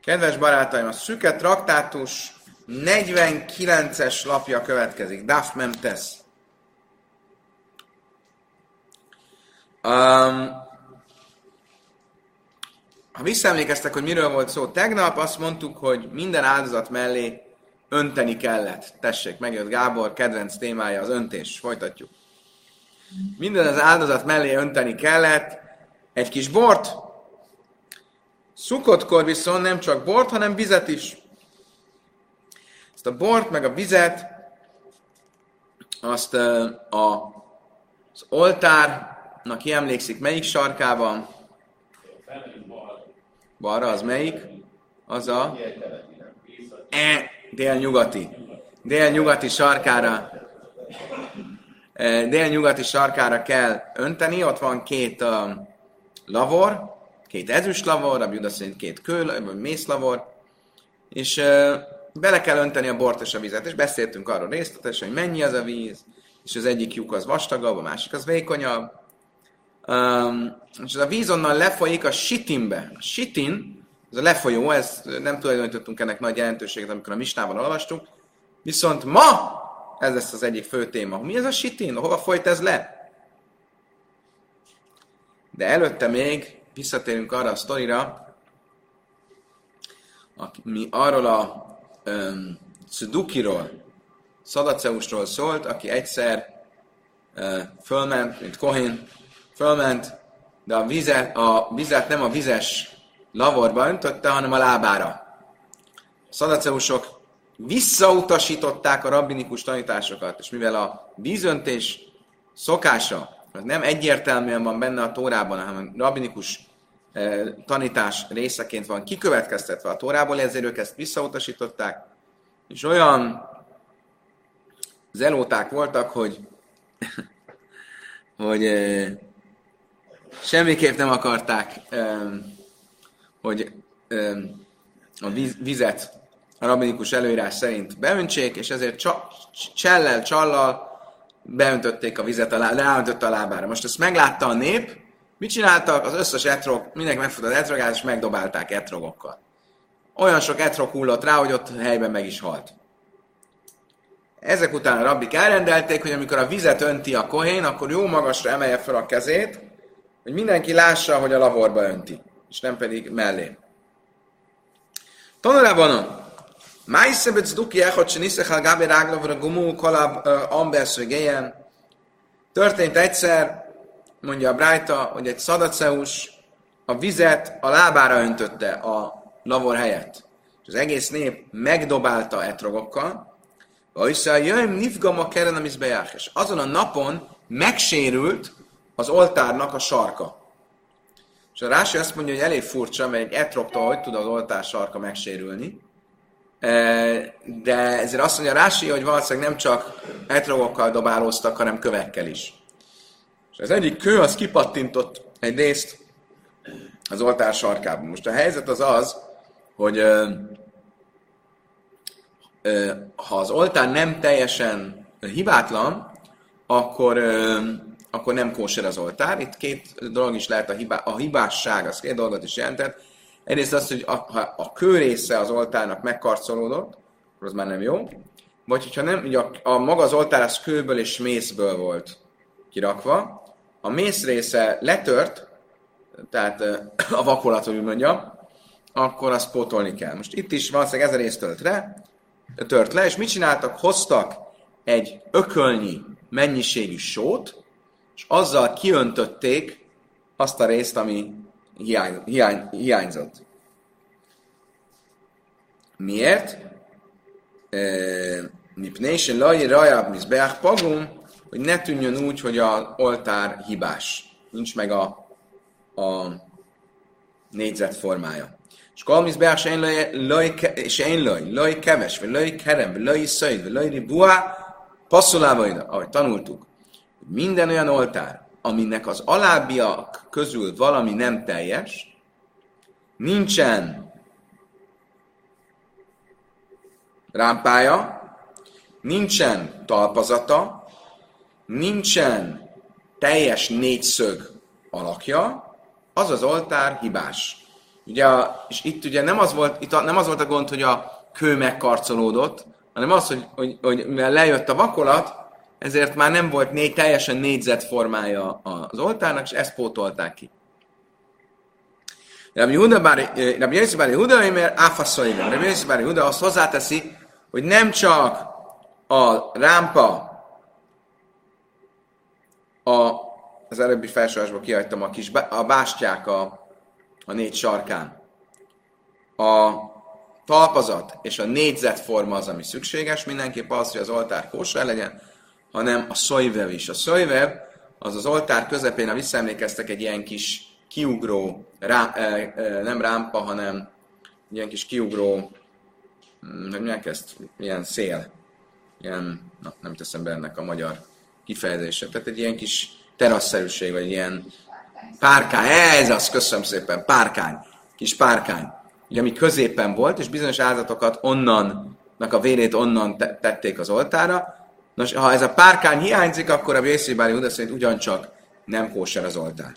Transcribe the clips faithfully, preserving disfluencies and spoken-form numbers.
Kedves barátaim, a szüke traktátus negyvenkilences lapja következik. Daf mem tesz. Um, ha visszaemlékeztek, hogy miről volt szó tegnap, azt mondtuk, hogy minden áldozat mellé önteni kellett. Tessék, megjött Gábor, kedvenc témája az öntés. Folytatjuk. Minden az áldozat mellé önteni kellett egy kis bort. Szukottkor viszont nem csak bort, hanem vizet is. Ezt a bort meg a vizet azt uh, a, az oltárnak ki emlékszik melyik sarkában? Balra az melyik? Az a e, délnyugati. Délnyugati sarkára e, délnyugati sarkára kell önteni. Ott van két uh, lavor, két ezüst lavor, a Juda szerint két kő, vagy mészlavor, és uh, bele kell önteni a bort és a vizet, és beszéltünk arról részletesen, hogy mennyi az a víz, és az egyik lyuk az vastagabb, a másik az vékonyabb. Um, és a víz onnan lefolyik a sitinbe. A sitin, ez a lefolyó, ez nem tulajdonítottunk ennek nagy jelentőséget, amikor a misnában olvastuk, viszont ma ez lesz az egyik fő téma. Mi ez a sitin? Hova folyt ez le? De előtte még visszatérünk arra a sztorira, ami arról a um, Szudukiról, Szadaceusról szólt, aki egyszer uh, fölment, mint Kohén, fölment, de a vizet, a vizet nem a vizes lavorba öntötte, hanem a lábára. A szadaceusok visszautasították a rabbinikus tanításokat, és mivel a vízöntés szokása az nem egyértelműen van benne a Tórában, hanem a rabbinikus eh, tanítás részeként van kikövetkeztetve a Tórából, ezért ők ezt visszautasították, és olyan zelóták voltak, hogy, hogy eh, semmiképp nem akarták, eh, hogy eh, a víz, vizet a rabbinikus előírás szerint beöntsék, és ezért csa, csellel, csallal beöntötték a vizet, a lá, leöntötte a lábára. Most ezt meglátta a nép, mit csináltak? Az összes etrog, mindenki megfogta az etrogát, és megdobálták etrogokkal. Olyan sok etrog hullott rá, hogy ott helyben meg is halt. Ezek után a rabbik elrendelték, hogy amikor a vizet önti a kohén, akkor jó magasra emelje fel a kezét, hogy mindenki lássa, hogy a lavorba önti, és nem pedig mellé. Tanulában Májszebec duki echot se niszechal gábi ráglavra gumú kolab amberszögélyen. Történt egyszer, mondja a Brájta, hogy egy szadaceus a vizet a lábára öntötte a lavor helyett. És az egész nép megdobálta etrogokkal, és azon a napon megsérült az oltárnak a sarka. És a Rási azt mondja, hogy elég furcsa, mert egy etrogtól hogy tud az oltár sarka megsérülni. De ezért azt mondja Rási, hogy valószínűleg nem csak etrogokkal dobálóztak, hanem kövekkel is. És az egyik kő az kipattintott egy részt az oltár sarkában. Most a helyzet az az, hogy ha az oltár nem teljesen hibátlan, akkor, akkor nem kóser az oltár. Itt két dolog is lehet a, hibá, a hibásság, az két dolgot is jelentett. Egyrészt az, hogy a, ha a kő része az oltárnak megkarcolódott, akkor az már nem jó. Vagy hogyha nem, ugye a, a maga az oltár az kőből és mészből volt kirakva, a mész része letört, tehát a vakolat, hogy úgy mondjam, akkor azt pótolni kell. Most itt is valószínűleg ez a rész tört le, tört le, és mit csináltak? Hoztak egy ökölnyi mennyiségű sót, és azzal kiöntötték azt a részt, ami hiány, hiány, hiányzott. Miért? Nipnésen laj rajab mizbeach pagum, hogy ne tűnjön úgy, hogy az oltár hibás. Nincs meg a, a négyzet formája. És kalmizbeach se én laj, laj keves, vagy laj kerem, vagy laj szöjd, vagy laj ribuá, passzolávajda, ahogy tanultuk. Minden olyan oltár, aminek az alábbiak közül valami nem teljes, nincsen rámpája, nincsen talpazata, nincsen teljes négyszög alakja, az az oltár hibás. Ugye, a, és itt ugye nem az, volt, itt a, nem az volt a gond, hogy a kő megkarcolódott, hanem az, hogy, hogy, hogy mivel lejött a vakolat, ezért már nem volt négy, teljesen négyzet formája az oltárnak, és ezt pótolták ki. Rabbi Yossi bar Yehuda, mert áfaszaival. Rabbi Yossi bar Yehuda azt hozzáteszi, hogy nem csak a rámpa, a, az előbbi felsorolásból kihagytam a kis a bástyák a, a négy sarkán, a talpazat és a négyzetforma az, ami szükséges, mindenképp az, hogy az oltár kóser legyen, hanem a szojvev is. A szojvev az az oltár közepén, ha visszaemlékeztek, egy ilyen kis kiugró, rá, eh, eh, nem rámpa, hanem ilyen kis kiugró, hogy milyen kezd, ilyen szél, ilyen, na, nem teszem be ennek a magyar kifejezése. Tehát egy ilyen kis terasszerűség, vagy ilyen párkány, ez az, köszönöm szépen, párkány, kis párkány, ugye, ami középen volt, és bizonyos áldatokat onnan, a vérét onnan te- tették az oltára. Nos, ha ez a párkány hiányzik, akkor a Yossi bar Yehuda szerint ugyancsak nem kóser az oltár.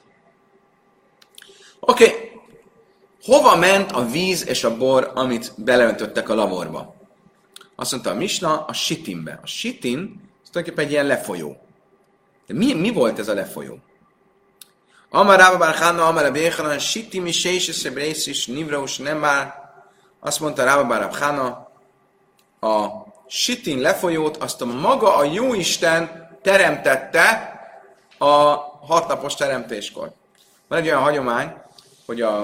Oké, okay. Hova ment a víz és a bor, amit beleöntöttek a lavorba? Azt mondta a Misna, a sitinbe. A sitin, az tulajdonképpen egy ilyen lefolyó. De mi, mi volt ez a lefolyó? Amar Rabba bar Chana, Amar Rabbi Yechanan, sitim is séses ebrészis, nivraus nem már. Azt mondta Rabba bar Chana, a sitin lefolyót, azt a maga a Jóisten teremtette a hatnapos teremtéskor. Van egy olyan hagyomány, hogy a,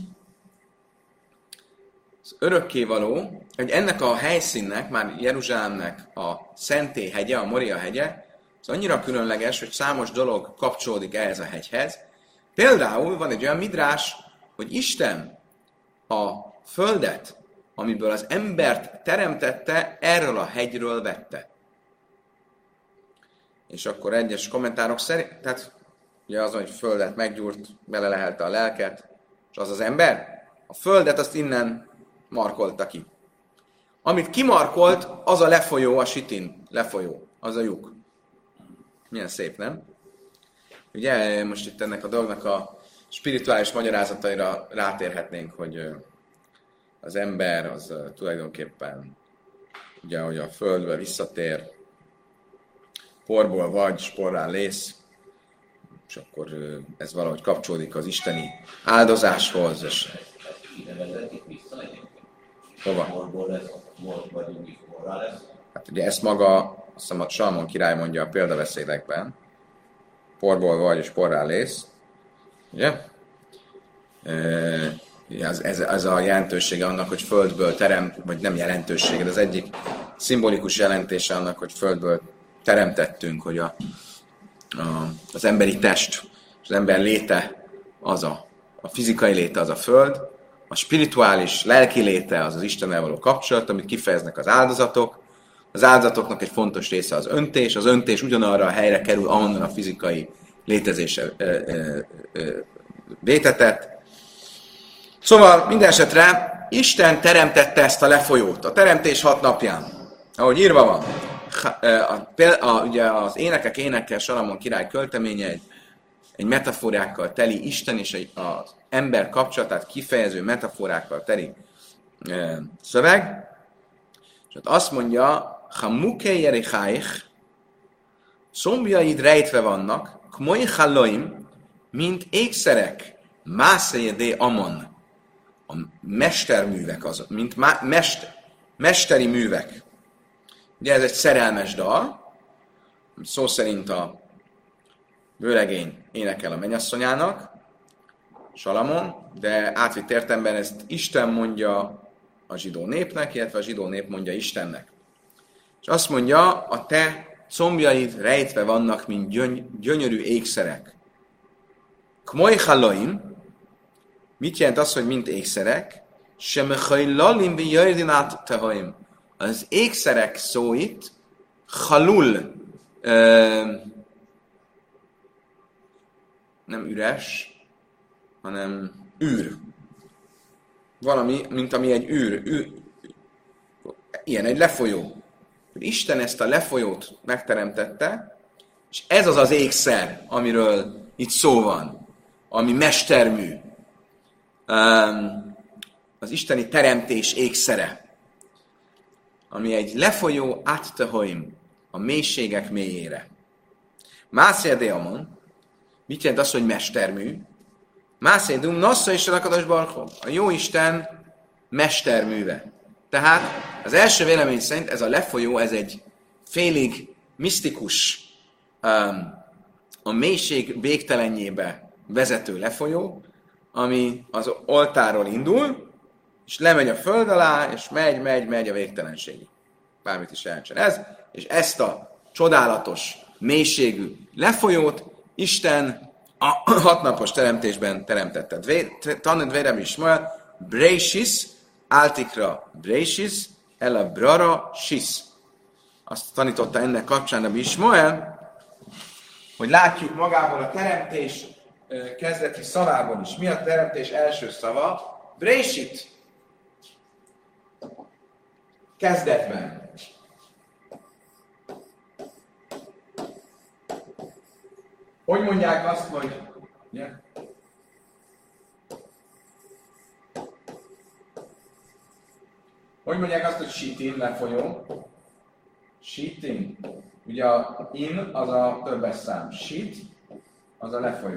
az örökkévaló, hogy ennek a helyszínnek, már Jeruzsálemnek a Szentély hegye, a Moria hegye, az annyira különleges, hogy számos dolog kapcsolódik ehhez a hegyhez. Például van egy olyan midrás, hogy Isten a földet, amiből az embert teremtette, erről a hegyről vette. És akkor egyes kommentárok szerint, tehát ugye az, hogy földet meggyúrt, bele lehelte a lelket, és az az ember, a földet azt innen markolta ki. Amit kimarkolt, az a lefolyó, a sitin lefolyó, az a lyuk. Milyen szép, nem? Ugye most itt ennek a dolgnak a spirituális magyarázataira rátérhetnénk, hogy az ember az tulajdonképpen, ugye, hogy a földbe visszatér, porból vagy, sporrá lész, és akkor ez valahogy kapcsolódik az isteni áldozáshoz, és... Hova? Hát ugye ezt maga, azt hiszem, a Salmon király mondja a példabeszédekben, porból vagy, és porrá lész, ugye? Ez, ez, ez a jelentősége annak, hogy földből teremt, vagy nem jelentősége, de az egyik szimbolikus jelentése annak, hogy földből teremtettünk, hogy a, a, az emberi test, az ember léte az a, a fizikai léte az a föld, a spirituális, lelki léte az az Istennel való kapcsolat, amit kifejeznek az áldozatok. Az áldozatoknak egy fontos része az öntés, az öntés ugyanarra a helyre kerül, ahonnan a fizikai létezése létetett. Szóval minden esetre Isten teremtette ezt a lefolyót a teremtés hat napján, ahogy írva van. A, a, ugye az énekek énekel Salamon király költeménye egy, egy metaforákkal teli Isten és egy, az ember kapcsolatát kifejező metaforákkal teli e, szöveg. És ott azt mondja, ha muke jerichaich, szombjaid rejtve vannak, kmoi halloim, mint ékszerek, mászédé amon. A mesterművek azok, mint má, mest, mesteri művek. Ugye ez egy szerelmes dal, szó szerint a vőlegény énekel a mennyasszonyának, Salamon, de átvitt értelemben ezt Isten mondja a zsidó népnek, illetve a zsidó nép mondja Istennek. És azt mondja, a te combjaid rejtve vannak, mint gyöny- gyönyörű ékszerek. Kmoi haloim, mit jelent az, hogy mint ékszerek? Semechajlalim vi jöjdinát tehaim. Az ékszerek szó itt, halul, ö, nem üres, hanem űr. Valami, mint ami egy űr. űr. Ilyen egy lefolyó. Isten ezt a lefolyót megteremtette, és ez az az ékszer, amiről itt szó van, ami mestermű. um, az isteni teremtés ékszere, ami egy lefolyó áttehoim a mélységek mélyére. Mászé deamon, mit jelent az, hogy mestermű? Mászé dum, nassza is a barkó. A jó Isten mesterműve. Tehát az első vélemény szerint ez a lefolyó, ez egy félig misztikus, um, a mélység végtelenjébe vezető lefolyó, ami az oltáról indul, és lemegy a föld alá, és megy, megy, megy a végtelenségig. Bármit is jelentsen ez, és ezt a csodálatos, mélységű lefolyót Isten a hatnapos teremtésben teremtette. Tanult Vérem Ismael, Breisis, Áltikra Breisis, el a Brara Sis. Azt tanította ennek kapcsán a Ismael, hogy látjuk magából a teremtés kezdeti szavából is. Mi a teremtés első szava? Breisit. Kezdetben. Hogy mondják azt, hogy... Yeah. Hogy mondják azt, hogy sitin, lefolyó? Sitin. Ugye a in az a többes szám. Sit az a lefolyó.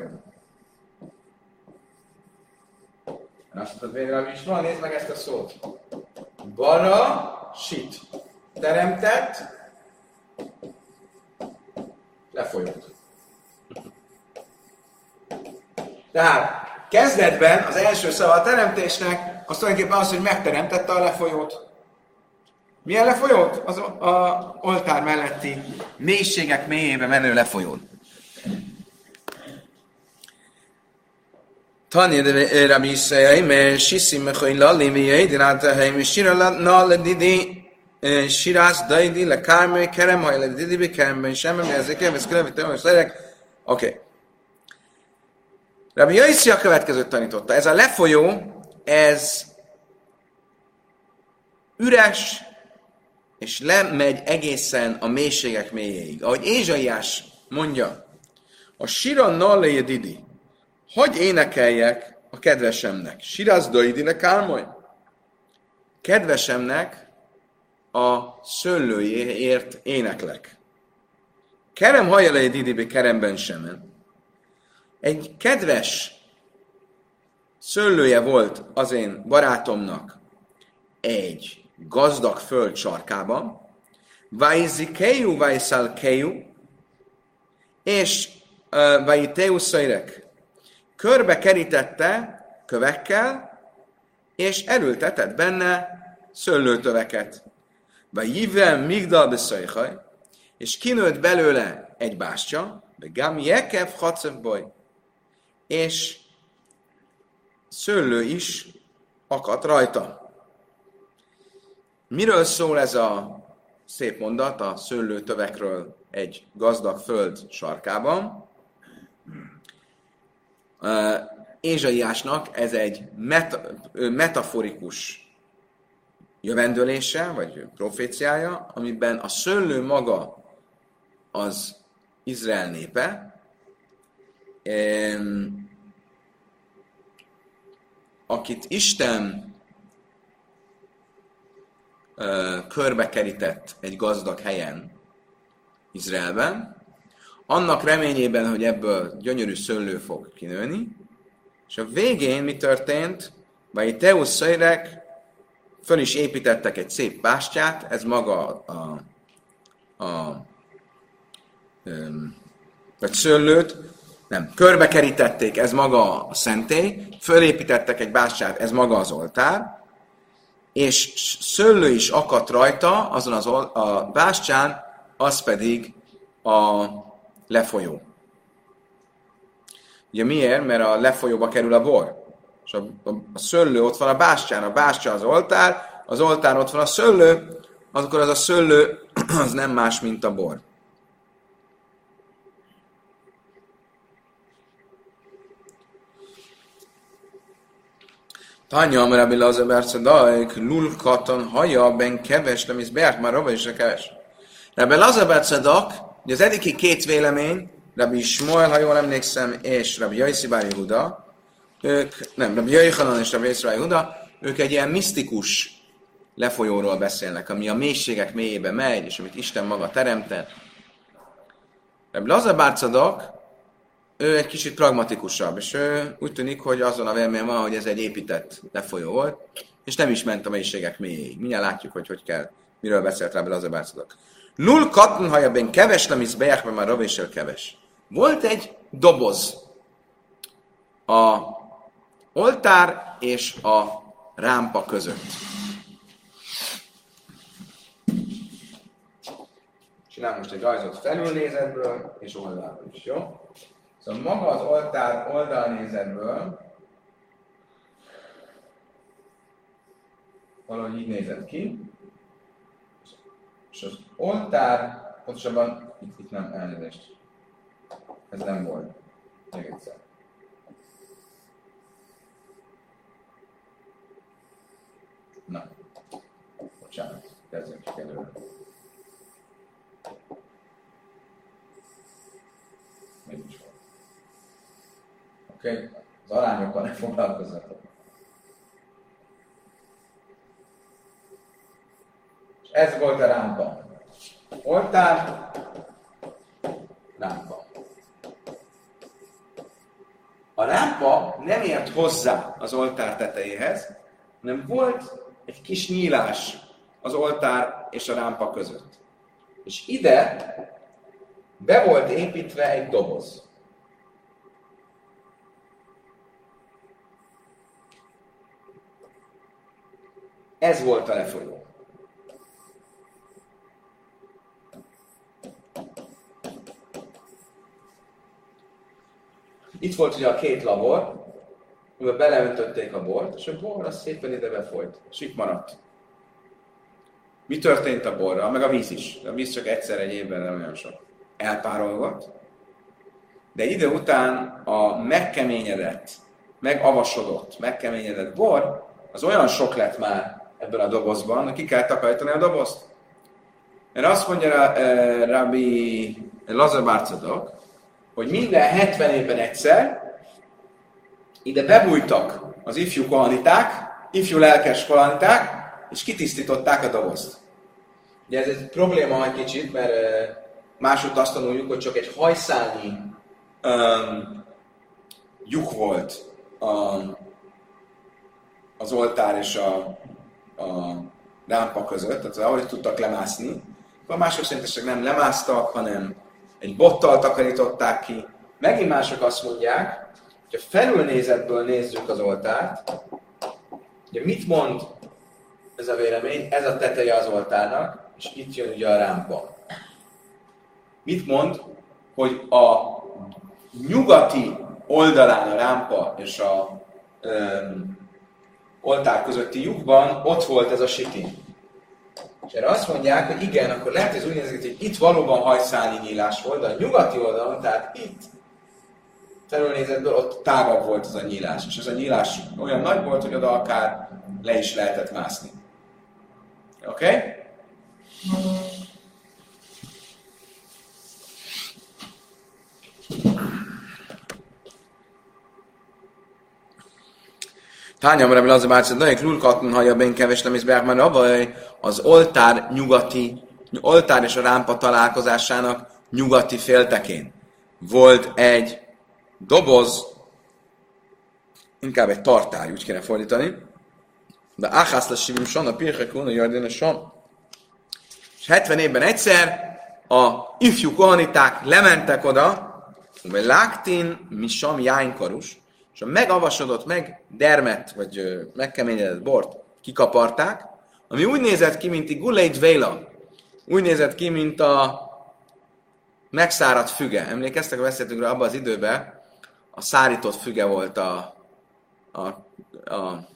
Azt mondod, végre is van, nézd meg ezt a szót. Bara, sit. Teremtett, lefolyót. Tehát kezdetben az első szava a teremtésnek az tulajdonképpen az, hogy megteremtette a lefolyót. Milyen lefolyót? Az a oltár melletti mélységek mélyébe menő lefolyót. Tanya de Rabbi Yisrael, mert Sissi mechoin lalli, mi jöjjön át a hely, mi sira na le didi, sirász daidi, le kármely, kerem, haj le didi, be keremben semmi, mi ezek el, ez különböző tömös legyek. Oké. Rabbi Yisrael a következőt tanította. Ez a lefolyó, ez üres, és lemegy egészen a mélységek mélyéig. Ahogy Ézsaiás mondja, a sira nalle didi, hogy énekeljek a kedvesemnek? Sirász daidine kármoly? Kedvesemnek a szőlőjéért éneklek. Kerem hajjalai didibe keremben semen. Egy kedves szőlője volt az én barátomnak egy gazdag föld sarkában, Vajzikeju, Vajszalkeju, és uh, Vajteuszajrek körbe kerítette kövekkel, és erültetett benne szőlőtöveket. Vajivem migdal beszajhaj, és kinőtt belőle egy bástya, Gam jekev hacevboj, és szőlő is akadt rajta. Miről szól ez a szép mondat a szőlőtövekről egy gazdag föld sarkában? Uh, Ézsaiásnak ez egy meta, metaforikus jövendőlése, vagy proféciája, amiben a szőlő maga az Izrael népe, um, akit Isten uh, körbekerített egy gazdag helyen Izraelben, annak reményében, hogy ebből gyönyörű szőlő fog kinőni, és a végén mi történt? Vagy Teuszajrek föl is építettek egy szép bástyát, ez maga a, a, a vagy szőlőt, nem, körbekerítették, ez maga a szentély, fölépítettek egy bástyát, ez maga az oltár, és szőlő is akadt rajta, azon az ol, a bástyán, az pedig a lefolyó. Ugye miért? Mert a lefolyóba kerül a bor. És a, a, a szőlő ott van a bástyán, a bástya az oltár, az oltár ott van a szőlő, akkor az a szőlő az nem más, mint a bor. Tanya, amire Rabbi Lazar Bercedajk, lulkatan haja, ben keves, nem is beárt, már rabba is a keves. Rabbi Lazar Bercedak, ugye az eddigi két vélemény, Rabbi Ismoel, ha jól emlékszem, és Rabbi Jaiszi bár Yehuda, ők, nem, Rabbi Yochanan és Rabbi Yisrael Huda, ők egy ilyen misztikus lefolyóról beszélnek, ami a mélységek mélyébe megy, és amit Isten maga teremtett. Rabbi Lazar bar Tzadok, ő egy kicsit pragmatikusabb, és ő úgy tűnik, hogy azon a vélemény van, hogy ez egy épített lefolyó volt, és nem is ment a mélységek mélyéig. Mindjárt látjuk, hogy hogy kell, miről beszélt Rabbi Lazar bar Tzadok. Lul katn hajabén keves, lemisz bejekben már ravéssel keves. Volt egy doboz a oltár és a rámpa között. Csinálom most egy rajzot felülnézetből és oldalról is, jó? Szóval maga az oltár oldalnézetből valahogy így nézett ki, és az oltár, pontosabban itt, itt nem elnézést. Ez nem volt. Még egyszer. Na. Bocsánat. Kezdjük csak előre. Még is volt. Oké? Okay. Az arányokkal ne foglalkozzatok. És ez volt a rámpa. Oltár, rámpa. A rámpa nem ért hozzá az oltár tetejéhez, hanem volt egy kis nyílás az oltár és a rámpa között. És ide be volt építve egy doboz. Ez volt a lefolyó. Itt volt ugye a két labor, amiben beleöntötték a bort, és a bor az szépen ide befolyt, és itt maradt. Mi történt a borral? Meg a víz is. A víz csak egyszer egy évben, nem olyan sok. Elpárolgott, de egy idő után a megkeményedett, megavasodott, megkeményedett bor, az olyan sok lett már ebben a dobozban, hogy ki kell takarítani a dobozt. Mert azt mondja rá, eh, Rabbi Lazar bar Tzadok, hogy minden hetven évben egyszer ide bebújtak az ifjú kohaniták, ifjú lelkes kohaniták, és kitisztították a dobozt. Ugye ez egy probléma egy kicsit, mert máshogy azt tanuljuk, hogy csak egy hajszálnyi um, lyuk volt a, az oltár és a, a rámpa között, tehát ahogy tudtak lemászni. A mások szerint nem lemásztak, hanem egy bottal takarították ki. Megint mások azt mondják, hogy a felülnézetből nézzük az oltárt, ugye mit mond ez a vélemény? Ez a teteje az oltárnak, és itt jön ugye a rámpa. Mit mond? Hogy a nyugati oldalán a rámpa és a um, oltár közötti lyukban ott volt ez a sitin. És erre azt mondják, hogy igen, akkor lehet, hogy ez úgy nézik, hogy itt valóban hajszálnyi nyílás volt, de a nyugati oldalon, tehát itt felülnézetből ott tágabb volt az a nyílás. És ez a nyílás olyan nagy volt, hogy oda akár le is lehetett mászni. Oké? Okay? Tányam Rabbi Lazar bar Tzadok, nagyon klulkatn hajabén keves nem is már abban, az oltár nyugati, oltár és a rámpa találkozásának nyugati féltekén volt egy doboz, inkább egy tartály, úgy kéne fordítani, de áhász lesz sivim son, a pirchekun, a jardénes son. És hetven évben egyszer a ifjú kohaniták lementek oda, vagy láktin, misam jájnkarus, és a megavasodott, megdermet, vagy ö, megkeményedett bort kikaparták, ami úgy nézett ki, mint egy guleit véla. Úgy nézett ki, mint a megszáradt füge. Emlékeztek, beszéltünk rá abban az időben, a szárított füge volt a, a, a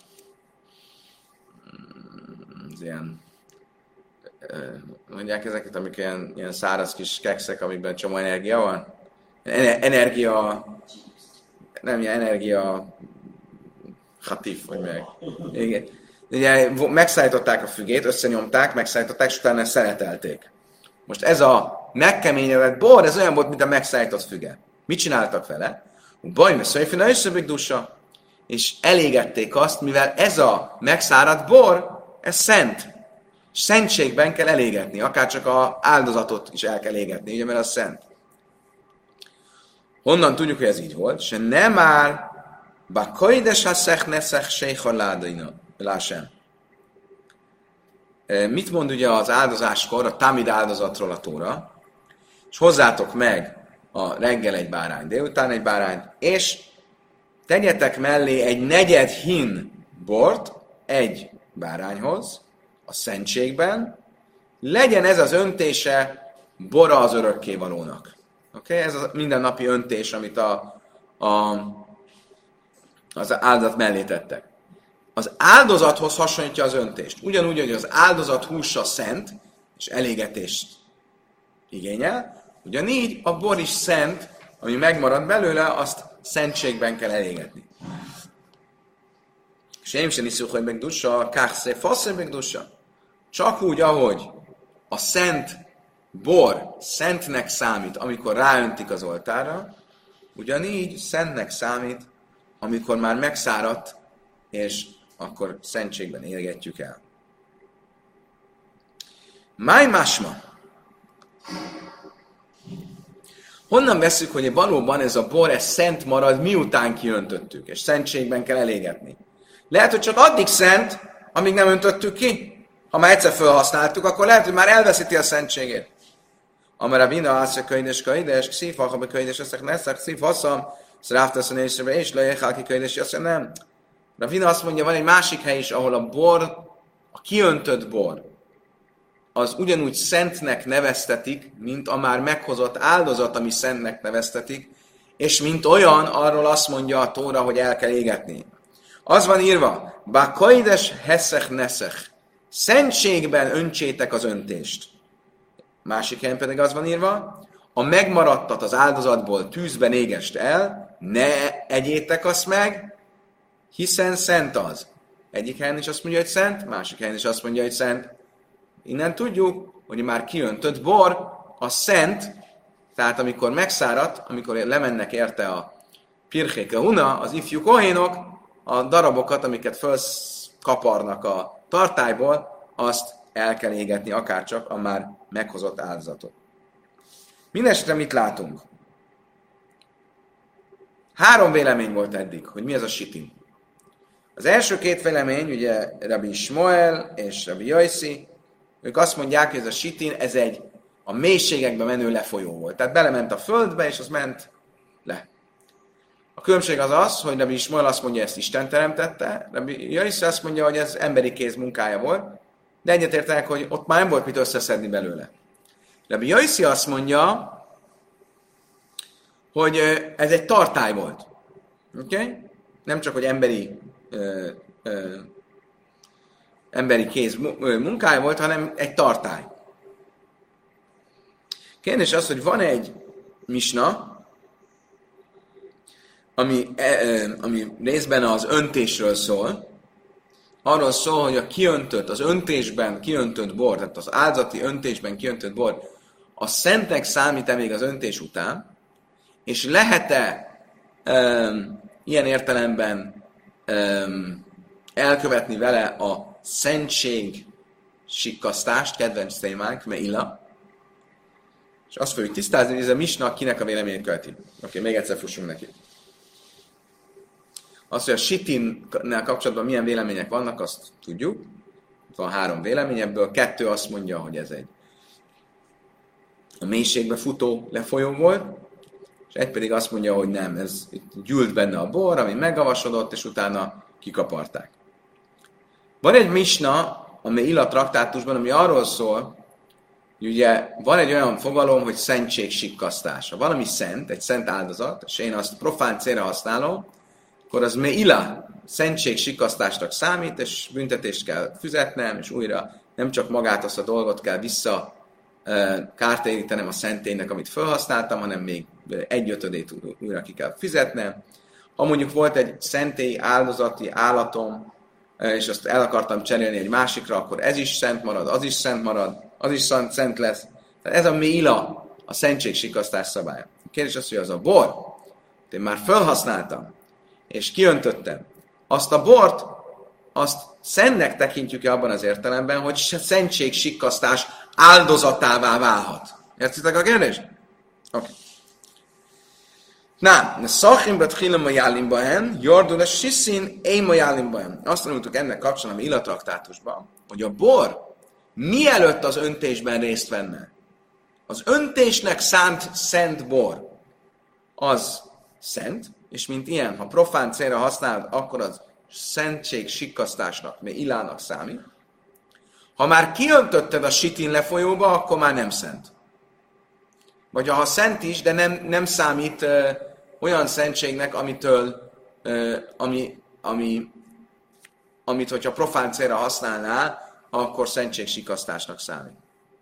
az ilyen, mondják ezeket, amik ilyen, ilyen száraz kis kekszek, amikben csomó energia van? Energia, nem ilyen energia hatif, vagy meg. Igen. Ugye megszállították a fügét, összenyomták, megszállították, és utána szeretelték. Most ez a megkeményedett bor, ez olyan volt, mint a megszállított füge. Mit csináltak vele? Baj, mert szöjfina és szöbbik dusa. és elégették azt, mivel ez a megszáradt bor, ez szent. Szentségben kell elégetni, akár csak az áldozatot is el kell égetni, ugye, mert az szent. Honnan tudjuk, hogy ez így volt? Se nem áll, bá kajdes ha szech neszech sejha lásem. Mit mond ugye az áldozáskor, a tamid áldozatról a Tóra? És hozzátok meg a reggel egy bárány, délután egy bárány, és tegyetek mellé egy negyed hin bort egy bárányhoz, a szentségben, legyen ez az öntése bora az örökkévalónak. Oké? Okay? Ez a mindennapi öntés, amit a, a, az áldozat mellé tettek. Az áldozathoz hasonlítja az öntést. Ugyanúgy, hogy az áldozat húsa szent, és elégetést igényel, ugyanígy a bor is szent, ami megmarad belőle, azt szentségben kell elégetni. És én sem iszuk, hogy megdussa, káxé, fasszé megdussa. Csak úgy, ahogy a szent bor szentnek számít, amikor ráöntik az oltára, ugyanígy szentnek számít, amikor már megszáradt, és akkor szentségben égetjük el. Máj másma. Honnan veszük, hogy valóban ez a bor, ez szent marad, miután kiöntöttük, és szentségben kell elégetni? Lehet, hogy csak addig szent, amíg nem öntöttük ki. Ha már egyszer felhasználtuk, akkor lehet, hogy már elveszíti a szentségét. Amara vina ászra könyves könyves, szífa, ha könyves eszek neszek, szíf haszam, szráftasz a nézőbe, és lejjel ki könyves, azt mondja, nem. A vina azt mondja, van egy másik hely is, ahol a bor, a kiöntött bor, az ugyanúgy szentnek neveztetik, mint a már meghozott áldozat, ami szentnek neveztetik, és mint olyan, arról azt mondja a Tóra, hogy el kell égetni. Az van írva, bá kajdes heszech neszech, szentségben öntsétek az öntést. Másik helyen pedig az van írva, a megmaradtat az áldozatból tűzben égest el, ne egyétek azt meg, hiszen szent az. Egyik helyen is azt mondja, hogy szent, másik helyen is azt mondja, hogy szent. Innen tudjuk, hogy már kiöntött bor, a szent, tehát amikor megszáradt, amikor lemennek érte a pirchéke huna, az ifjú kohénok, a darabokat, amiket fölkaparnak a tartályból, azt el kell égetni, akárcsak a már meghozott áldozatot. Mindenesetre mit látunk? Három vélemény volt eddig, hogy mi ez a sitin. Az első két vélemény, ugye Rabbi Ismoel és Rabbi Jaiszi, ők azt mondják, hogy ez a sitin, ez egy a mélységekbe menő lefolyó volt. Tehát belement a földbe, és az ment le. A különbség az az, hogy Rabbi Ismoel azt mondja, ezt Isten teremtette, Rabbi Jaiszi azt mondja, hogy ez emberi kéz munkája volt, de egyetértenek, hogy ott már nem volt mit összeszedni belőle. Rabbi Jaiszi azt mondja, hogy ez egy tartály volt. Oké? Okay? Nem csak, hogy emberi ö, ö, emberi kéz munkája volt, hanem egy tartály. Kérdés az, hogy van egy misna, ami, ami részben az öntésről szól, arról szól, hogy a kiöntött, az öntésben kiöntött bor, tehát az áldozati öntésben kiöntött bor, a szentnek számít-e még az öntés után, és lehet-e um, ilyen értelemben um, elkövetni vele a szentség sikkasztást, kedvenc témánk, Meila, és azt fogjuk tisztázni, hogy ez a misna kinek a véleményét követi. Oké, okay, még egyszer fussunk neki. Azt, hogy a sitinnel kapcsolatban milyen vélemények vannak, azt tudjuk. Van három vélemény, ebből kettő azt mondja, hogy ez egy a mélységbe futó lefolyó volt, és egy pedig azt mondja, hogy nem, ez gyűlt benne a bor, ami megavasodott, és utána kikaparták. Van egy misna, a Meila traktátusban, ami arról szól, hogy ugye van egy olyan fogalom, hogy szentség sikkasztás. Ha valami szent, egy szent áldozat, és én azt profán célra használom, akkor az Meila szentség sikkasztásnak számít, és büntetést kell fizetnem, és újra nem csak magát azt a dolgot kell vissza kártérítenem a szentélynek, amit felhasználtam, hanem még egyötödét újra ki kell fizetnem. Ha mondjuk volt egy szentély áldozati állatom, és azt el akartam cserélni egy másikra, akkor ez is szent marad, az is szent marad, az is szent lesz. Tehát ez a Meila, a szentség sikkasztás szabálya. A kérdés az, hogy az a bor, én már felhasználtam, és kiöntöttem, azt a bort, azt szentnek tekintjük-e abban az értelemben, hogy szentség sikkasztás áldozatává válhat. Értitek a kérdést? Oké. Okay. Na, szachim betchilem a jálimbahen, jordul a siszin, én a jálimbahen. Azt tanultuk ennek kapcsolatban a illatraktátusban, hogy a bor mielőtt az öntésben részt venne, az öntésnek szánt szent bor, az szent, és mint ilyen, ha profán célra használod, akkor az szentség sikkasztásnak, mert ilának számít. Ha már kiöntötted a sitin lefolyóba, akkor már nem szent. Vagy ha szent is, de nem, nem számít ö, olyan szentségnek, amitől, ö, ami, ami, amit, hogyha profán célra használnál, akkor szentségsikasztásnak számít.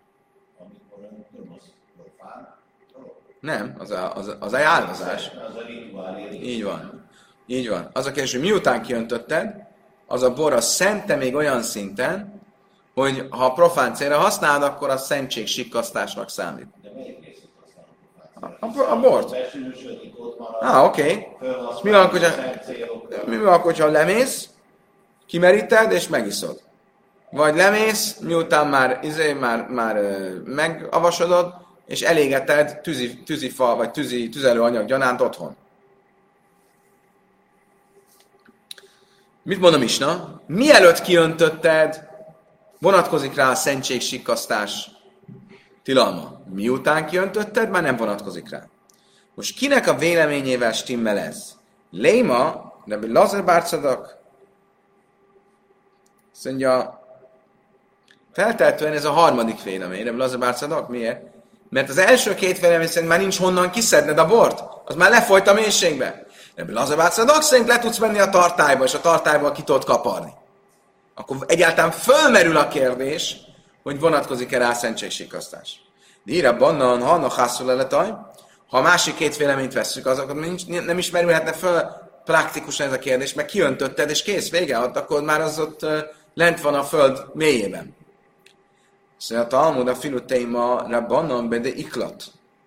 Nem, az a, az, a, az a áldozás. Így van. Így van. Az a kérdés, hogy miután kiöntötted, az a bor a szente még olyan szinten, hogy ha profán célra használod, akkor a szentségsikasztásnak számít. A, a, a bort. Ah, oké. Okay. Mi van, hogyha, mi van, hogyha lemész, kimeríted és megiszod? Vagy lemész, miután már, izé, már, már ö, megavasodod, és elégeted tűzi, tűzifa, vagy tűzi, tüzelőanyag gyanánt otthon. Mit mondom Misna? Mielőtt kiöntötted, vonatkozik rá a szentségsikkasztás tilalma. Miután kiöntötted, már nem vonatkozik rá. Most kinek a véleményével stimmel ez? Léma, Rebbi Lazar bar Tzadok, azt mondja, feltehetően ez a harmadik vélemény, Rebbi Lazar bar Tzadok. Miért? Mert az első két vélemény szerint már nincs honnan kiszedned a bort. Az már lefolyt a mélységbe. Rebbi Lazar bar Tzadok szerint le tudsz menni a tartályba, és a tartályból ki tudod kaparni. Akkor egyáltalán fölmerül a kérdés, hogy vonatkozik-e rá a szentségsikasztás. De írja bannan, ha annak hászul eletaj, ha a másik két véleményt vesszük, azokat nincs, nem is merülhetne föl praktikusan ez a kérdés, mert kiöntötted, és kész, vége, ott, akkor már az ott uh, lent van a föld mélyében. Szóval a Talmud a filuteima rabbanon bede iklat.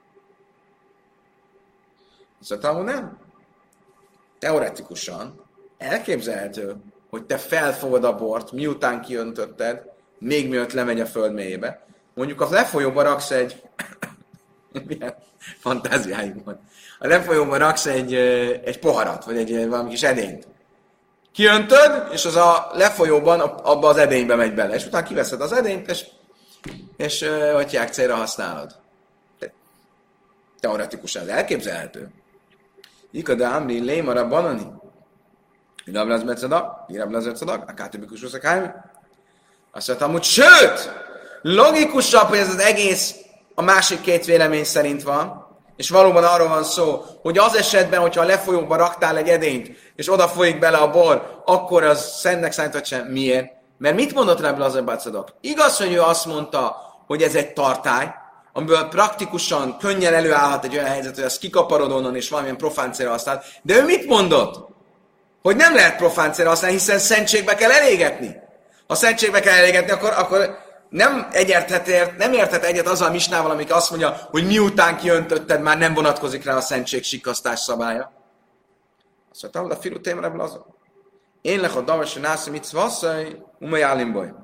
Szóval a Talmud nem. Teoretikusan elképzelhető, hogy te felfogod a bort, miután kiöntötted, még mielőtt lemegy a föld mélyébe. Mondjuk a lefolyóba raksz egy... Milyen fantáziájuk van. A lefolyóba raksz egy, egy poharat, vagy egy valami kis edényt. Kiöntöd, és az a lefolyóban abba az edénybe megy bele. És utána kiveszed az edényt, és, és hagyják célra használod. Teoretikusan ez elképzelhető. Ikada amri lémara banani. Irablaz becada, irablaz becada, a kátibikus uszakájmi. Azt mondtam, hogy sőt, logikusabb, hogy ez az egész a másik két vélemény szerint van, és valóban arról van szó, hogy az esetben, hogyha a lefolyóba raktál egy edényt, és oda folyik bele a bor, akkor az szentnek számított sem. Miért? Mert mit mondott Rebbi Lazar bar Tzadok? Igaz, hogy ő azt mondta, hogy ez egy tartály, amiből praktikusan könnyen előállhat egy olyan helyzet, hogy azt kikaparod onnan, és valamilyen profán célra használ. De ő mit mondott? Hogy nem lehet profán célra használni, hiszen szentségbe kell elégetni. Ha szentségbe kell elégetni, akkor, akkor nem, egyethet, nem érthet egyet azzal a misnával, amik azt mondja, hogy miután kiöntötted, már nem vonatkozik rá a szentség sikkasztás szabálya. Azt mondta, a filu témre Lazar. Én lech a davas, hogy nászi mit szvasszai, umai állimboly.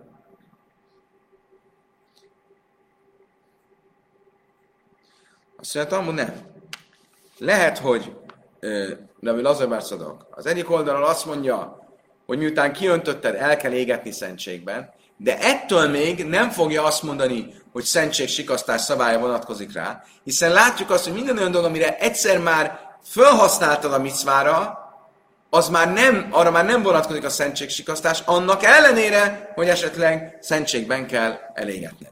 Azt mondta, hogy nem. Lehet, hogy Rebbi Lazar bar Tzadok az egyik oldalon azt mondja, hogy miután kiöntötted, el kell égetni szentségben, de ettől még nem fogja azt mondani, hogy szentségsikasztás szabálya vonatkozik rá, hiszen látjuk azt, hogy minden olyan dolog, amire egyszer már felhasználtad a micvára, az már nem, arra már nem vonatkozik a szentségsikasztás, annak ellenére, hogy esetleg szentségben kell elégetned.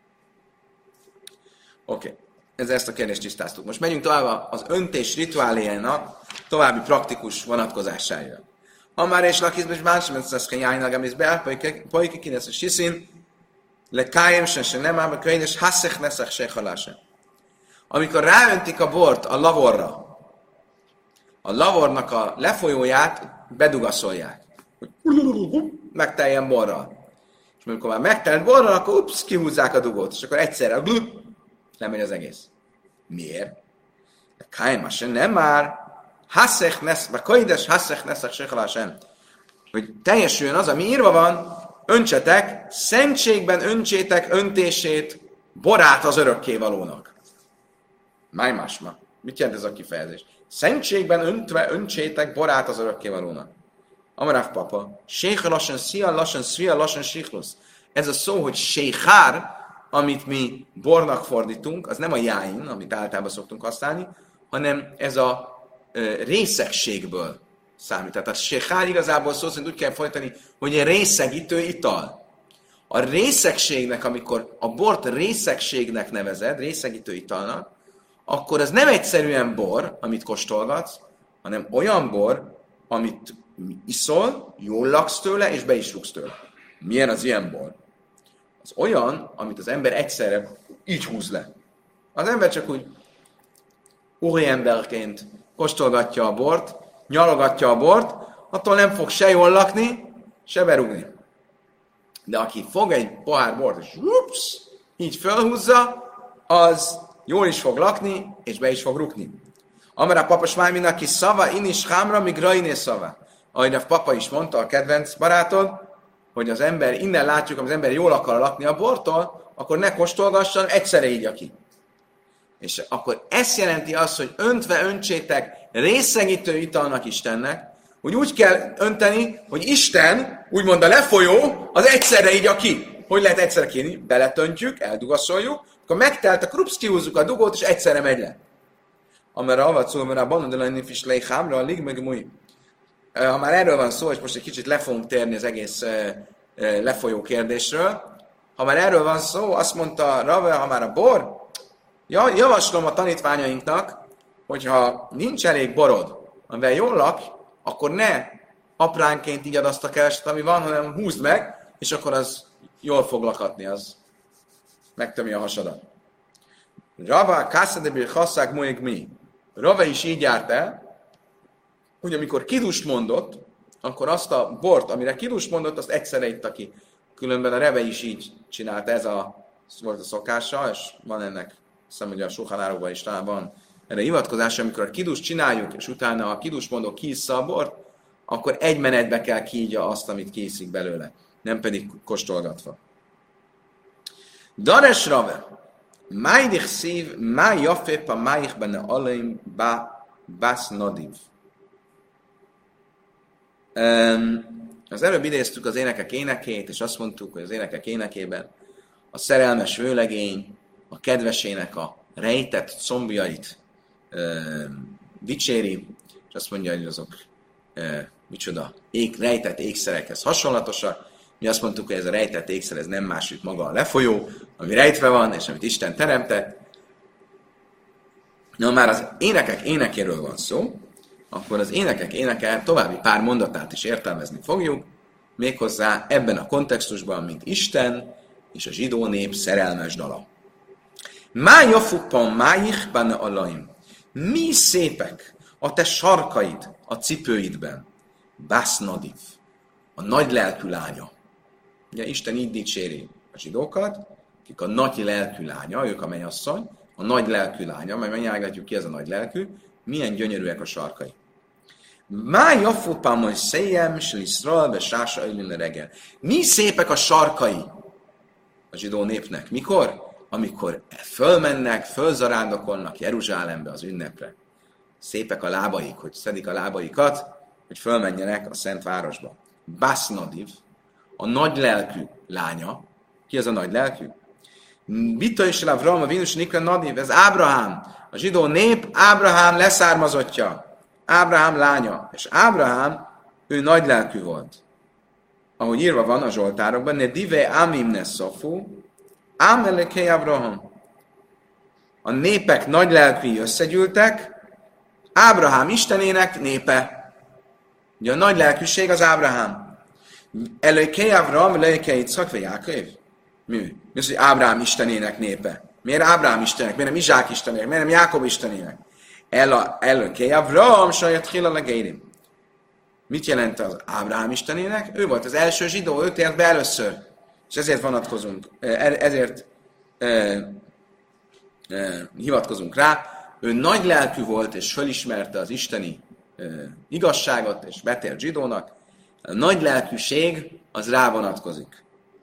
Oké, okay. Ez ezt a kérdést tisztáztuk. Most megyünk tovább az öntés rituáléjának további praktikus vonatkozására. Ha már és lakizbes bánsem, ez az kenyájnál gamész be, pojki kinesz a siszin, le kájem se se nem ám, könyves hasszech neszech se haláse. Amikor ráöntik a bort a lavorra, a lavornak a lefolyóját bedugaszolják, hogy megteljen borral. És amikor már megtelt borral, akkor ups, kihúzzák a dugót, és akkor egyszerre glup, lemegy az egész. Miért? Kájem se nem már, hasszech nesz, vagy könyves hasszech neszech se haláse. hogy teljesüljön az, ami írva van, öntsetek, szentségben öntsétek öntését borát az örökkévalónak. Máj másma. Mit jelent ez a kifejezés? Szentségben öntve öntsétek borát az örökkévalónak. Amaráv papa, séha lassan szia, lassan szia, lassan siklusz. Ez a szó, hogy séhár, amit mi bornak fordítunk, az nem a jáin, amit általában szoktunk használni, hanem ez a ö, részegségből számít. Tehát a séhár igazából szó szerint úgy kell fordítani, hogy egy részegítő ital. A részegségnek, amikor a bort részegségnek nevezed, részegítő italnak, akkor ez nem egyszerűen bor, amit kóstolgatsz, hanem olyan bor, amit iszol, jól laksz tőle, és be is rúgsz tőle. Milyen az ilyen bor? Az olyan, amit az ember egyszerre így húz le. Az ember csak úgy úriemberként kóstolgatja a bort, nyalogatja a bort, attól nem fog se jól lakni, se berúgni. De aki fog egy pohár bort, és ups, így felhúzza, az jól is fog lakni, és be is fog rúgni. Amara papa smájmin, aki szava, in is hámra, míg rainé szava. Ahogy a papa is mondta, a kedvenc barátod, hogy az ember, innen látjuk, hogy az ember jól akar lakni a bortól, akkor ne kóstolgasson, egyszerre ígya ki. És akkor ez jelenti azt, hogy öntve öntsétek részegítő italnak Istennek, hogy úgy kell önteni, hogy Isten, úgymond a lefolyó, az egyszerre ígya ki. Hogy lehet egyszerre kínni? Beletöntjük, eldugaszoljuk, akkor megtelt a krupsz, kihúzzuk a dugót, és egyszerre megy le. Amire avat szól, mert a banodolani is leihámra, a lig meg múj. Ha már erről van szó, és most egy kicsit le fogunk térni az egész uh, uh, lefolyó kérdésről, ha már erről van szó, azt mondta Rave, ha már a bor, javaslom a tanítványainknak, hogyha nincs elég borod, amivel jól lak, akkor ne apránként igyad azt a keveset, ami van, hanem húzd meg, és akkor az jól fog lakatni, az megtömi a hasadat. Rava, kászadebir hasszák moig mi. Rava is így járt el, hogy amikor kidust mondott, akkor azt a bort, amire kidust mondott, azt egyszerre itta ki. Különben a Reve is így csinált, ez a, volt a szokása, és van ennek, hiszem, hogy a Sulchan is talán van erre hivatkozás, amikor a kidust csináljuk, és utána a kidust mondó kiissza a bort, akkor egy menetbe kell kiígya azt, amit kiiszik belőle, nem pedig kóstolgatva. Dares Rave, májdich szív, máj jafép a májich benne alaim bá, bász nadiv. Um, az előbb idéztük az énekek énekét, és azt mondtuk, hogy az énekek énekében a szerelmes vőlegény, a kedvesének a rejtett combjait um, dicséri, és azt mondja, hogy azok uh, micsoda ég, rejtett ékszerekhez hasonlatosak. Mi azt mondtuk, hogy ez a rejtett ékszer, ez nem más, mint maga a lefolyó, ami rejtve van, és amit Isten teremtett. Na, már az énekek énekéről van szó, akkor az énekek éneke további pár mondatát is értelmezni fogjuk, méghozzá ebben a kontextusban, mint Isten és a zsidó nép szerelmes dala. Mája fuppan májich benne alaim. Mi szépek a te sarkaid a cipőidben. Básznadiv, a nagy lelkű lánya. Ugye Isten így dicséri a zsidókat, akik a nagy lelkű lánya, ők a mennyasszony, a nagy lelkű lánya, majd megnyelgetjük ki ez a nagy lelkű, milyen gyönyörűek a sarkai. Máj jafupám, hogy széjem, s lisztral, be sása ölülne reggel. Mi szépek a sarkai a zsidó népnek? Mikor? Amikor fölmennek, fölzarándokolnak Jeruzsálembe az ünnepre. Szépek a lábaik, hogy szedik a lábaikat, hogy fölmenjenek a Szent Városba. Básznadiv, a nagy lelkű lánya. Ki az a nagy lelkű? Bita és Avram, a Vénus Nikra Nadiv, ez Ábrahám. A zsidó nép Ábrahám leszármazottja. Ábrahám lánya. És Ábrahám, ő nagy lelkű volt. Ahogy írva van a Zsoltárokban, ne dive amim ne szofu, ám elekei Ábrahám. A népek nagy lelkűi összegyűltek, Ábrahám istenének népe. Ugye a nagy lelkűség az Ábrahám. Elekei Ábrahám, elekei Itzhak vagy Jákov. Mi? Mi az, hogy Ábrahám istenének népe? Miért Ábrahám istenének? Miért nem Izsák istenének? Miért nem Jákob istenének? Elekei Ábrahám, saját hila legeirim. Mit jelent az Ábrahám istenének? Ő volt az első zsidó, ő tért be először. És ezért vonatkozunk, ezért eh, eh, hivatkozunk rá. Ő nagy lelkű volt, és fölismerte az isteni eh, igazságot, és betért zsidónak. A nagy lelkűség az rá vonatkozik.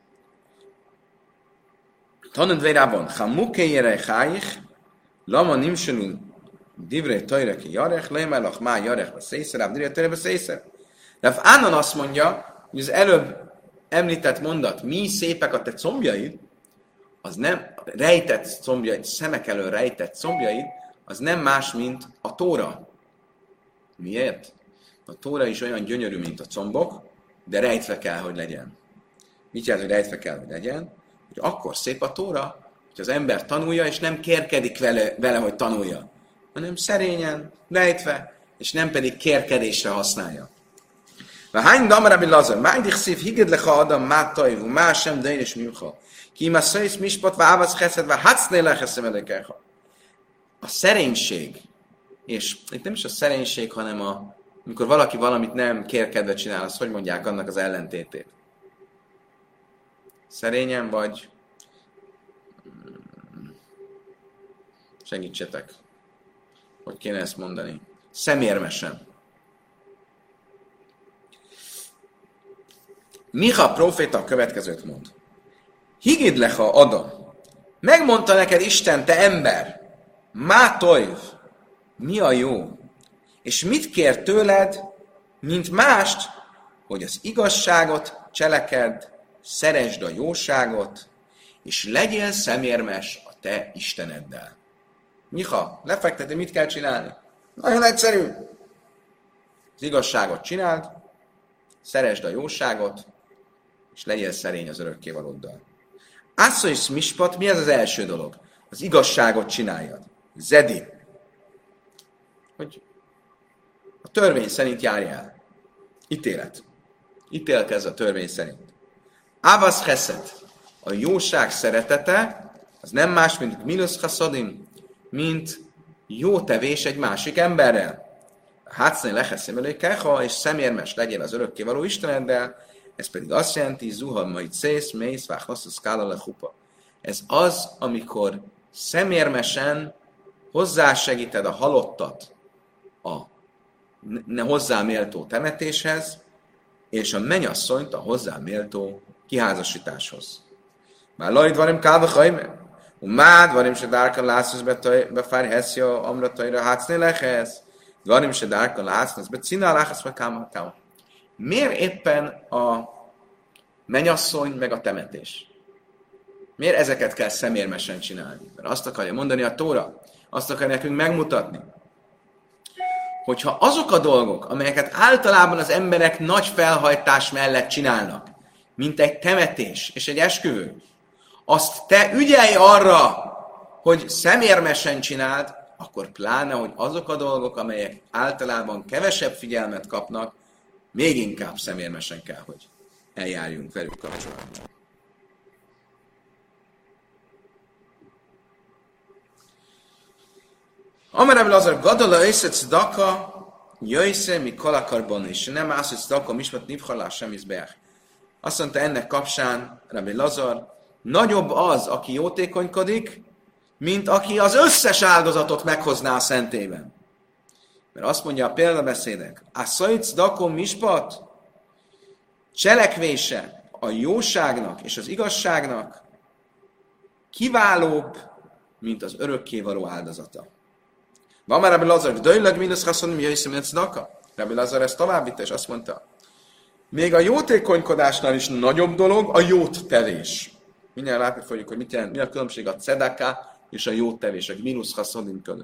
Tanod vérában, ha mukéjére hájich, lama nimselünk divrei tajreki jarech, lemelach má jarech beszészer, ám divrei tajre beszészer. De Ánan azt mondja, hogy az előbb említett mondat, mi szépek a te combjaid, az nem rejtett combjaid, szemek elől rejtett combjaid, az nem más, mint a Tóra. Miért? A Tóra is olyan gyönyörű, mint a combok, de rejtve kell, hogy legyen. Mit jelent, hogy rejtve kell, hogy legyen? Hogy akkor szép a Tóra, hogy az ember tanulja, és nem kérkedik vele, vele, hogy tanulja, hanem szerényen, rejtve, és nem pedig kérkedésre használja. Hány damarabi Lazar, májdik szív higed lecha adam mátajvú, má sem dejn és mimcha. Ki ma szöjsz mispat, vá ávasz cheszed, vá hacnél leheszem elekecha. A szerénység, és itt nem is a szerénység, hanem a, amikor valaki valamit nem kérkedve csinál, azt hogy mondják annak az ellentétét? Szerényen vagy? Segítsetek. Hogy kéne ezt mondani? Szemérmesen. Miha próféta a következőt mond. Higid leha Adam. Megmondta neked Isten, te ember, má tojv, mi a jó? És mit kér tőled, mint mást, hogy az igazságot cselekedd, szeresd a jóságot, és legyél szemérmes a te Isteneddel. Miha, lefekteti, mit kell csinálni? Nagyon egyszerű. Az igazságot csináld, szeresd a jóságot, és legyél szerény az örökkévalóddal. Ászaisz mispat, mi ez az első dolog? Az igazságot csináljad. Zedi. Hogy a törvény szerint járj el. Ítélet. Ítélkezz a törvény szerint. Ávasz cheszed. A jóság szeretete, az nem más, mint minusz chaszadim, mint jó tevés egy másik emberrel. Hátszni leheszem előkeha, és szemérmes legyél az örökkévaló Isteneddel, ez pedig azt jelenti, zuha majd szész, mész, váhnasz, szkála le hupa. Ez az, amikor szemérmesen hozzásegíted a halottat a ne hozzá méltó temetéshez, és a mennyasszonyt a hozzá méltó kiházasításhoz. Már lajd varim kálva hajme, umád varim se dárkan látszasz befár heszja amrataira hátszni lehez, varim se dárkan látszasz be cina látszasz be káma káma. Miért éppen a mennyasszony meg a temetés? Miért ezeket kell szemérmesen csinálni? Mert azt akarja mondani a Tóra, azt akarja nekünk megmutatni, hogyha azok a dolgok, amelyeket általában az emberek nagy felhajtás mellett csinálnak, mint egy temetés és egy esküvő, azt te ügyelj arra, hogy szemérmesen csináld, akkor pláne, hogy azok a dolgok, amelyek általában kevesebb figyelmet kapnak, még inkább szemérmesen kell, hogy eljárjunk velük kapcsolatban. Amerem Lazar gadala össze cdaka, jöjsze, mi kalakarban, és nem állsz, hogy cdaka, mismat nivhalás sem izbeach. Azt mondta ennek kapcsán Rabbi Lazar, nagyobb az, aki jótékonykodik, mint aki az összes áldozatot meghozná a szentében. Mert azt mondja a példabeszédek, a szajc dakom mispat, cselekvése a jóságnak és az igazságnak kiválóbb, mint az örökkévaló áldozata. Van már Rabbi Lazar, dőleg minusz haszonim jöjszem egy cdaka. Rabbi Lazar ezt továbbvitte, és azt mondta, még a jótékonykodásnál is nagyobb dolog a jót tevés. Mindjárt látni fogjuk, hogy mit jelent, mi a különbség a cedaka és a jót tevés, a minusz haszonim között.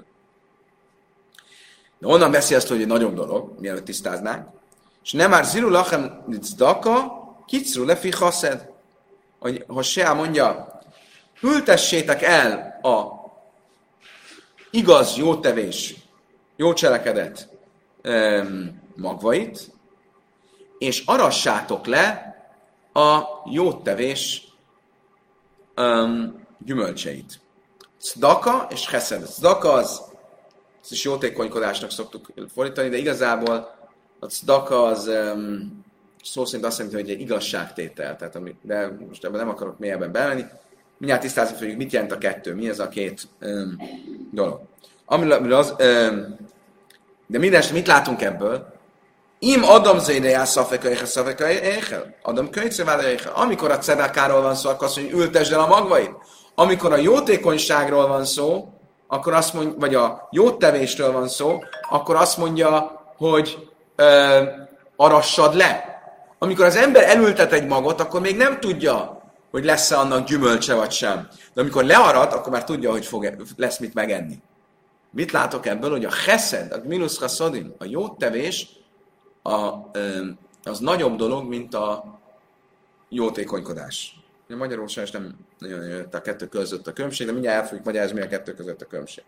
De onnan veszi azt, hogy egy nagyobb dolog, mielőtt tisztáznánk. És nem már ziru lachem cdaka, kicru lefi haszed. Hogy Hosea mondja, ültessétek el a igaz jótevés, jó cselekedet um, magvait, és arassátok le a jótevés um, gyümölcseit. Cdaka és cheszed. Cdaka az, ezt is jótékonykodásnak szoktuk fordítani, de igazából a cdaka az um, szó szerint azt jelenti, hogy egy igazságtétel. Tehát, ami, de most ebben nem akarok mélyebben bemenni. Mindjárt tisztázni fogjuk, mit jelent a kettő, mi ez a két um, dolog. Amiről az, um, de mindenesetre mit látunk ebből? Im Adam zédeje szafeka éhe, szafeka éhe. Adam könycévára éhe. Amikor a cedákáról van szó, akkor azt mondja, ültesd el a magvait. Amikor a jótékonyságról van szó, akkor azt mondja, vagy a jótevésről van szó, akkor azt mondja, hogy ö, arassad le. Amikor az ember elültet egy magot, akkor még nem tudja, hogy lesz-e annak gyümölcse vagy sem. De amikor learat, akkor már tudja, hogy fog, lesz mit megenni. Mit látok ebből? Hogy a cheszed, a gmilusz chaszodim, a jótevés, a, az nagyobb dolog, mint a jótékonykodás. A magyarul sajnos nem nagyon jött a kettő között a különbség, de mindjárt el fogjuk magyarázni, mi a kettő között a különbség.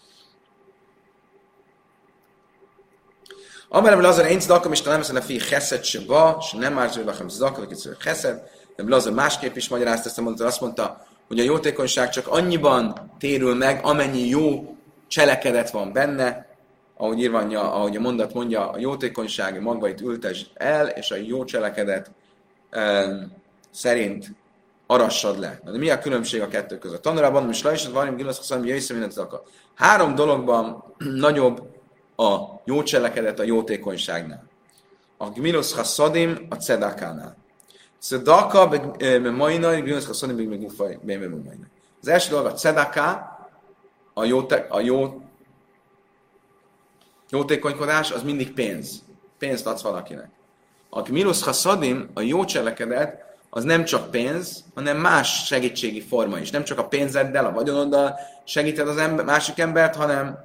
Amerem Lazar, én cdakom, és nem hiszem, a fi cheszed se ba, se nem már zöld, hanem cdakom, hogy cheszed. De Lazar másképp is magyarázta ezt a mondatot, azt mondta, hogy a jótékonyság csak annyiban térül meg, amennyi jó cselekedet van benne, ahogy írvanya, ahogy a mondat mondja, a jótékonysági magvait ültesd el, és a jó cselekedet um, szerint arassad le. De mi a különbség a kettő között? Tanulában is le is, hogy valamit gilnasz, hogy jöjjsz, mindent akar. Három dologban nagyobb a jó cselekedet a jótékonyságnál. A gminusz haszadim a cedakánál. Cedaka be majnai, gminusz haszadim be megufaj, be majnai. Az első dolog a cedaká, a jó, te, a jó jótékonykodás, az mindig pénz. Pénzt adsz valakinek. A gminusz haszadim, a jó cselekedet, az nem csak pénz, hanem más segítségi forma is. Nem csak a pénzeddel, a vagyonoddal segíted az ember, másik embert, hanem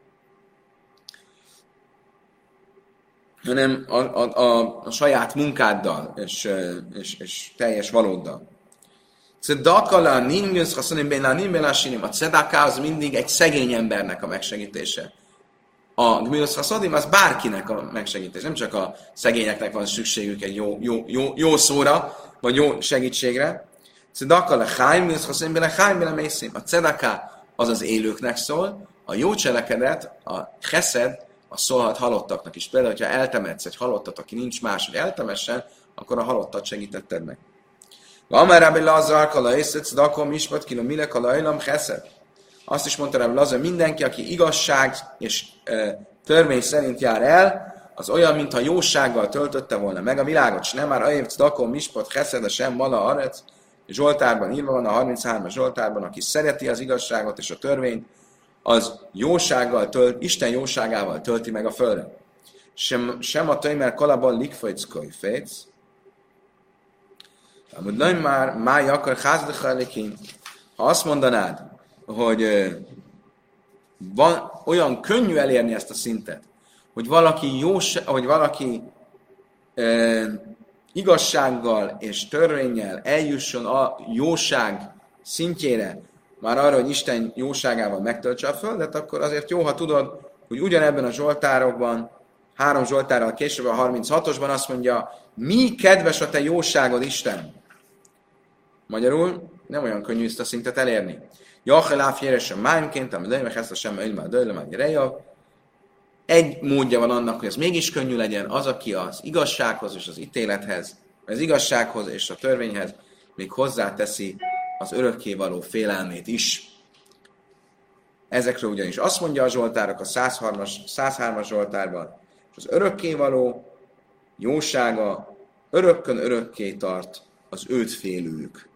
hanem a, a, a, a saját munkáddal és, és, és teljes valóddal. Cedaka ningyönsz, haszonim bén lánim bén lásinim. A cedaká az mindig egy szegény embernek a megsegítése. A gminusz haszodim az bárkinek a megsegítés. Nem csak a szegényeknek van szükségük egy jó, jó, jó, jó szóra, vagy jó segítségre. Cedaka leháim, gminusz haszonim bén leháim bén lemészim. A cedaká az az élőknek szól, a jó cselekedet, a cheszed, az szólhat halottaknak is. Például, hogyha eltemetsz egy halottat, aki nincs más, hogy eltemessen, akkor a halottat segítetted meg. Amárábbi Lazar kala észretsz, dakom ispat kino mile kala élam cheszed. Azt is mondta Rábbi Lazar, mindenki, aki igazság és e, törvény szerint jár el, az olyan, mintha jósággal töltötte volna meg a világot, és nem már ajévc dakom ispat cheszed, a sem mala arec. Zsoltárban írva van, a harminchármas Zsoltárban, aki szereti az igazságot és a törvényt, az jósággal tölt, Isten jóságával tölti meg a földön. Sem, sem a töjmer kalabban likfajckoj fejc. Amúgy nem már máj akar házdechalikin. Ha azt mondanád, hogy van, olyan könnyű elérni ezt a szintet, hogy valaki, jóság, hogy valaki e, igazsággal és törvénnyel eljusson a jóság szintjére, már arra, hogy Isten jóságával megtöltse a földet, akkor azért jó, ha tudod, hogy ugyanebben a zsoltárokban, három zsoltárral később a harminchatosban azt mondja, mi kedves a te jóságod, Isten? Magyarul nem olyan könnyű ezt a szintet elérni. Jachel áfjéresen májmként, ami döjmek ezt a sem, hogy már döjlem, hogy rejav. Egy módja van annak, hogy ez mégis könnyű legyen, az, aki az igazsághoz és az ítélethez, az igazsághoz és a törvényhez még hozzáteszi az örökkévaló félelmét is. Ezekről ugyanis azt mondja a zsoltárok a száz hármas zsoltárban, és az örökkévaló jósága örökkön örökké tart az őt félőkre.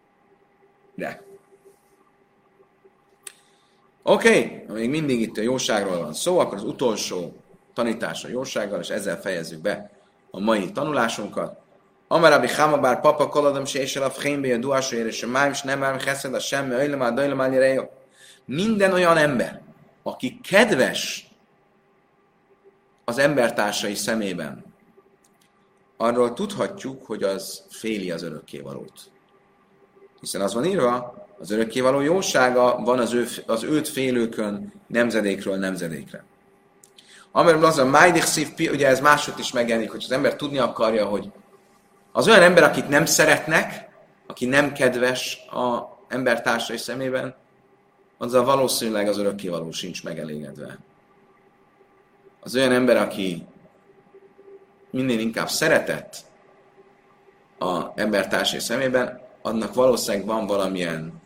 Oké, okay. Még mindig itt a jóságról van szó, akkor az utolsó tanítás a jósággal, és ezzel fejezzük be a mai tanulásunkat. Amarabi Hamabár papa koladom se és el a fhénbe a duásóért és a májm, és nem már cheszed a semmi, öjlemál, döjlemál, gyerejó. Minden olyan ember, aki kedves az embertársai szemében, arról tudhatjuk, hogy az féli az örökkévalót. Hiszen az van írva, az örökkévaló jósága van az, ő, az őt félőkön nemzedékről nemzedékre. Amiről az a májdik szív, ugye ez máshogy is megjelenik, hogy az ember tudni akarja, hogy az olyan ember, akit nem szeretnek, aki nem kedves az embertársai szemében, azzal valószínűleg az örökkévaló sincs megelégedve. Az olyan ember, aki minél inkább szeretett az embertársai szemében, annak valószínűleg van valamilyen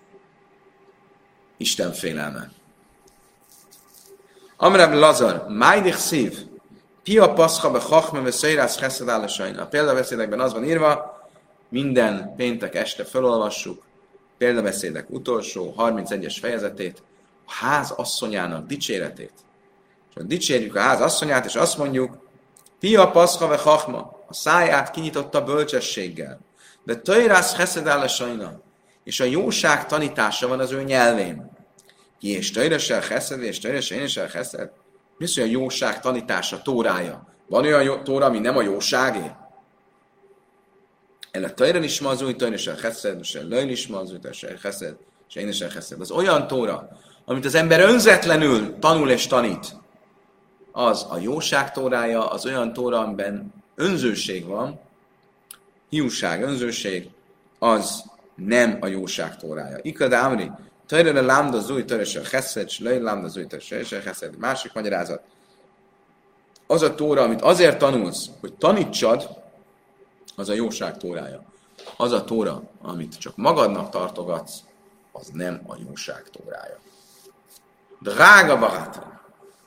istenfélelme. Amrab Lazar, májdik szív, Pia paszha be chachme ve szöjrász cheszed állásajna. A példabeszédekben az van írva, minden péntek este felolvassuk, példabeszédek utolsó, harmincegyes fejezetét, a ház asszonyának dicséretét. És dicsérjük a ház asszonyát, és azt mondjuk, Pia paszha ve chachma, a száját kinyitotta bölcsességgel, de töjrász cheszed állásajna, és a jóság tanítása van az ő nyelvén. Ki és töjrösel cheszed, és töjrösel én is el cheszed. Mi az, hogy a jóság tanítása, tórája? Van olyan jó, tóra, ami nem a jóságé? El a töjrel is mazúj, töjrösel cheszed, és el löjl is mazúj, töjrösel cheszed, és én is el cheszed. Az olyan tóra, amit az ember önzetlenül tanul és tanít, az a jóság tórája, az olyan tóra, amiben önzőség van, hiúság, önzőség, az nem a jóság tórája. Ikad Ámri, Törre lámda zúj, törösen cheszed, s löj lámda zúj, törösen cheszed. Másik magyarázat. Az a tóra, amit azért tanulsz, hogy tanítsad, az a jóság tórája. Az a tóra, amit csak magadnak tartogatsz, az nem a jóság tórája. Drága barátom!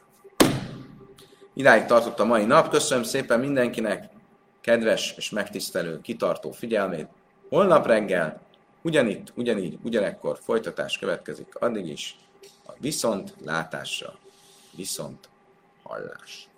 Idáig tartott a mai nap. Köszönöm szépen mindenkinek kedves és megtisztelő, kitartó figyelmét. Holnap reggel ugyanitt, ugyanígy, ugyanekkor folytatás következik. Addig is a viszont látásra, viszont hallás.